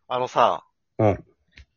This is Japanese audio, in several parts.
あのさ、 うん。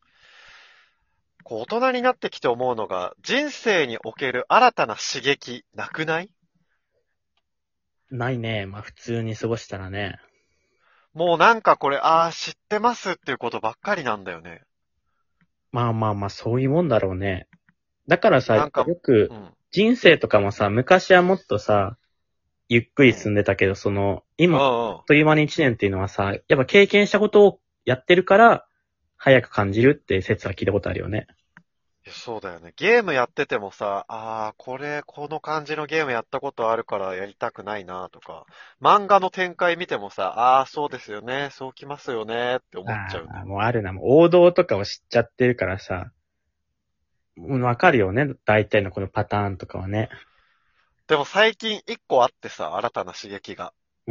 大人になってきて思うのが、人生における新たな刺激、なくない？ ないね。まあ普通に過ごしたらね。 もうなんかこれ、ああ、知ってますっていうことばっかりなんだよね。 まあまあまあそういうもんだろうね。だからさ、よなんか、 くうん、 人生とかもさ、昔はもっとさ、ゆっくりうん、 進んでたけど、 う今、あっん、うん。 という間に一年っていうのはさ、やっぱ経験したことをやってるから、早く感じるって説は聞いたことあるよね。 いやそうだよね。ゲームやっててもさ、ああ、この感じのゲームやったことあるからやりたくないなとか、漫画の展開見てもさ、ああ、そうですよね、そうきますよねって思っちゃうんだああ、 よ。 もうあるな。もう王道とかを知っちゃってるからさ、もうわかるよね。大体のこのパターンとかはね。 でも最近一個あってさ、新たな刺激が。 うん。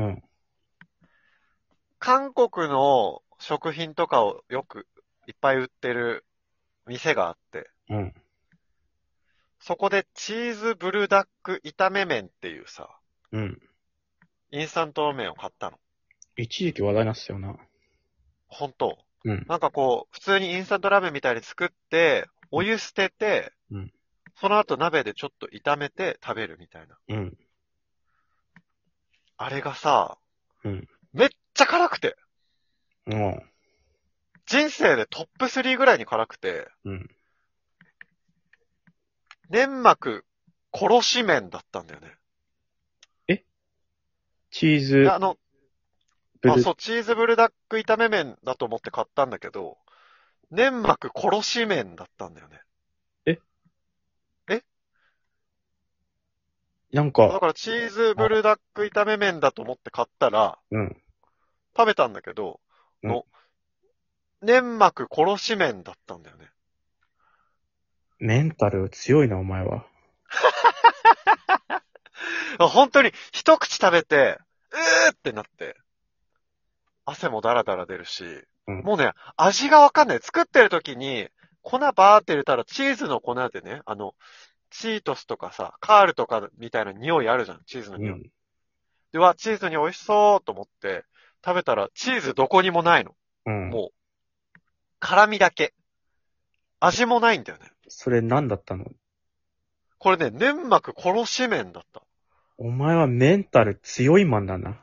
韓国の食品とかをよくいっぱい売ってる店があって、 うん。 そこでチーズブルダック炒め麺っていうさ、 うん。 インスタント麺を買ったの。 一時期話題になってたよな。 本当。 うん。 なんか普通にインスタントラーメンみたいに作って、お湯捨てて、 うん。 その後鍋でちょっと炒めて食べるみたいな。 うん。 あれがさ、 うん。 めっちゃ辛くて、 もう、 人生でトップ3ぐらいに辛くて、 うん。 粘膜殺し麺だったんだよね。 えチーズ、 いや、 ブル、 そう、チーズブルダック炒め麺だと思って買ったんだけど、粘膜殺し麺だったんだよね。 ええなんか、 だからチーズブあ、 ルダック炒め麺だと思って買ったら、 うん。 食べたんだけど、 うん。 の、粘膜殺し麺だったんだよね。 メンタル強いな、お前は。 本当に一口食べて、ってなって、汗もダラダラ出るし、 うん。 もうね、味がわかんない。作ってる時に、粉バーって入れたらチーズの粉でね、チートスとかさ、カールとかみたいな匂いあるじゃん、チーズの匂い。 うん。 で、チーズに美味しそうと思って、食べたらチーズどこにもないの。 うん。 もう、辛味だけ。味もないんだよね。 それ何だったの？ これね、粘膜殺し麺だった。 お前はメンタル強いマンだな。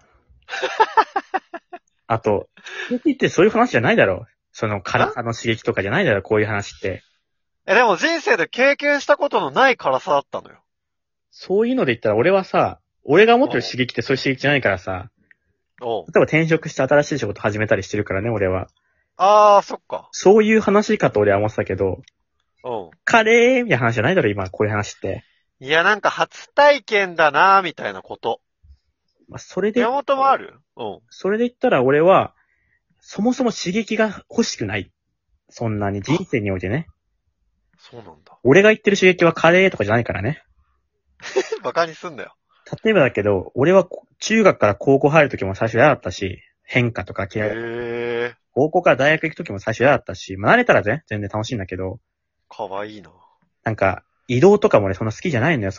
あと、刺激ってそういう話じゃないだろ。辛さの刺激とかじゃないだろ、こういう話って。 でも人生で経験したことのない辛さだったのよ。 そういうので言ったら俺はさ、俺が持ってるおう刺激ってそういう刺激じゃないからさ、 おう。 例えば転職して新しい仕事始めたりしてるからね、俺は。 あー、そっか。 そういう話かと俺は思ってたけど、 うん。 カレーみたいな話じゃないだろ、今、こういう話って。 いや、なんか初体験だなーみたいなこと。 まあ、それで、 山本もある？うん。 それで言ったら俺は、そもそも刺激が欲しくない。そんなに人あ、 生においてね。 そうなんだ。 俺が言ってる刺激はカレーとかじゃないからね。 バカにすんだよ。 例えばだけど、俺は中学から高校入るときも最初嫌だったし、変化とかへ嫌いだ。 え、 高校から大学行くときも最初嫌だったし、まあ慣れたらね、全然楽しいんだけど、 かわいいな。 なんか、移動とかもね、そんな好きじゃないんだよ。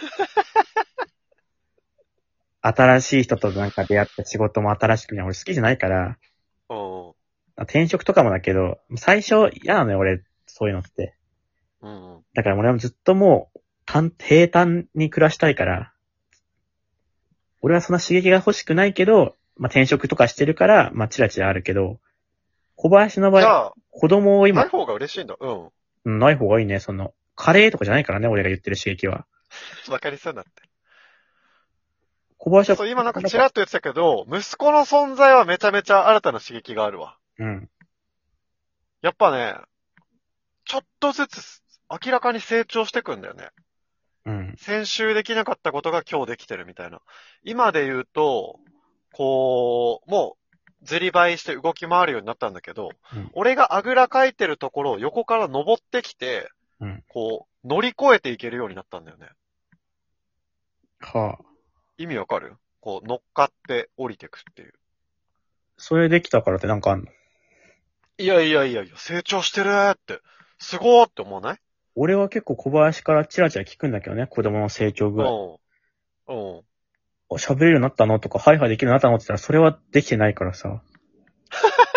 新しい人となんか出会って仕事も新しくね、俺好きじゃないから、 うん。 転職とかもだけど、最初嫌なのよ、俺、そういうのって。 うんうん。 だから俺はずっともう、平坦に暮らしたいから、俺はそんな刺激が欲しくないけど、まあ、転職とかしてるから、まあ、チラチラあるけど、小林の場合、 じゃあ、 子供を今、 ない方が嬉しいんだ。うん。 ない方がいいね。カレーとかじゃないからね、俺が言ってる刺激は。 バカにすんなって。 小林は、 そう、今なんかチラッと言ってたけど、息子の存在はめちゃめちゃ新たな刺激があるわ。 うん、 やっぱね、ちょっとずつ明らかに成長してくんだよね。 うん、 先週できなかったことが今日できてるみたいな。今で言うと、もう、ずりばいして動き回るようになったんだけど、 うん、 俺があぐらかいてるところを横から登ってきて、 うん。 乗り越えていけるようになったんだよね。 はあ。 意味わかる？乗っかって降りてくっていう。 それできたからってなんかあんの？ いやいやいやいや、成長してるって、すごーって思わない？ 俺は結構小林からチラチラ聞くんだけどね、子供の成長具合。 うん。うん。 喋れるようになったのとか、ハイハイできるようになったのって言ったら、それはできてないからさ。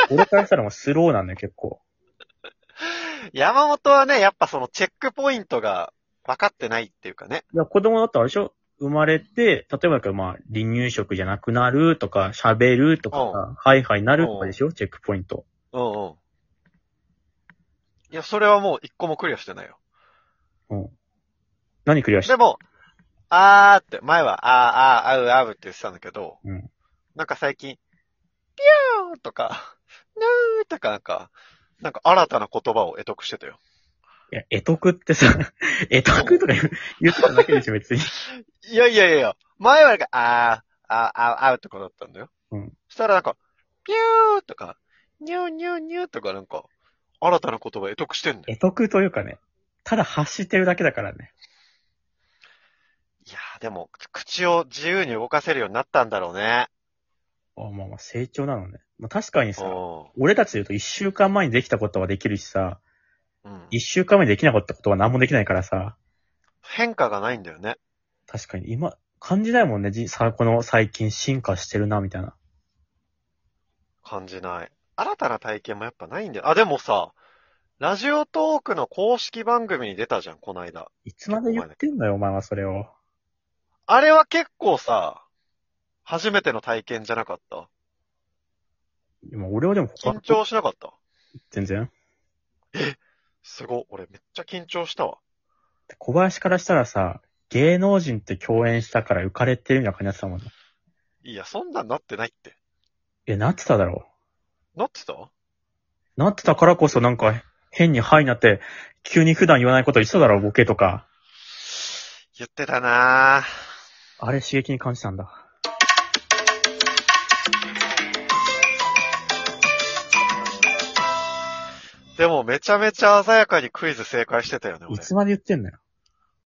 俺からしたらもうスローなんだよ、結構。 山本はね、やっぱそのチェックポイントが分かってないっていうかね。 いや、子供だったらあれでしょ生まれて、例えばだけどまあ、離乳食じゃなくなるとか、喋るとかさ、ハイハイなるとかでしょチェックポイント。 うんうん。いや、それはもう一個もクリアしてないよ。 うん。何クリアしてでも、あーって、前は、あうって言ってたんだけど、 うん。 なんか最近、ピューとか、ヌーとかなんか新たな言葉を得得してたよ。 いや、得得ってさ、得得とか言ってただけでしょ、別に。 いやいやいやいや、前はなんか、あうとかだったんだよ。 うん。 そしたらなんか、ピューとか、ニューニューニューとかなんか、新たな言葉得得してんだよ。 得得というかね、ただ発してるだけだからね。 いやーでも、口を自由に動かせるようになったんだろうね。 まあまあ成長なのね。まあ確かにさ、 う俺たちで言うと一週間前にできたことはできるしさ、 ん。うん。 一週間前にできなかったことは何もできないからさ、 変化がないんだよね。 確かに今、感じないもんね、この最近進化してるな、みたいな。 感じない。新たな体験もやっぱないんだよ。あ、でもさ、ラジオトークの公式番組に出たじゃん、この間。 いつまで言ってんのよ、お前はそれを。 あれは結構さ、初めての体験じゃなかった？ 今俺はでも緊張しなかった？ 全然。 すごい。俺めっちゃ緊張したわ。 小林からしたらさ、芸能人って共演したから浮かれてるみたいな感じになってたもんね。 いや、そんなんなってないって。 なってただろなってた？ う。なってたからこそなんか、変にハイになって、急に普段言わないこと言ってただろう、ボケとか。 言ってたなぁ。 あれ刺激に感じたんだ。 でもめちゃめちゃ鮮やかにクイズ正解してたよね、俺。 いつまで言ってんのよ。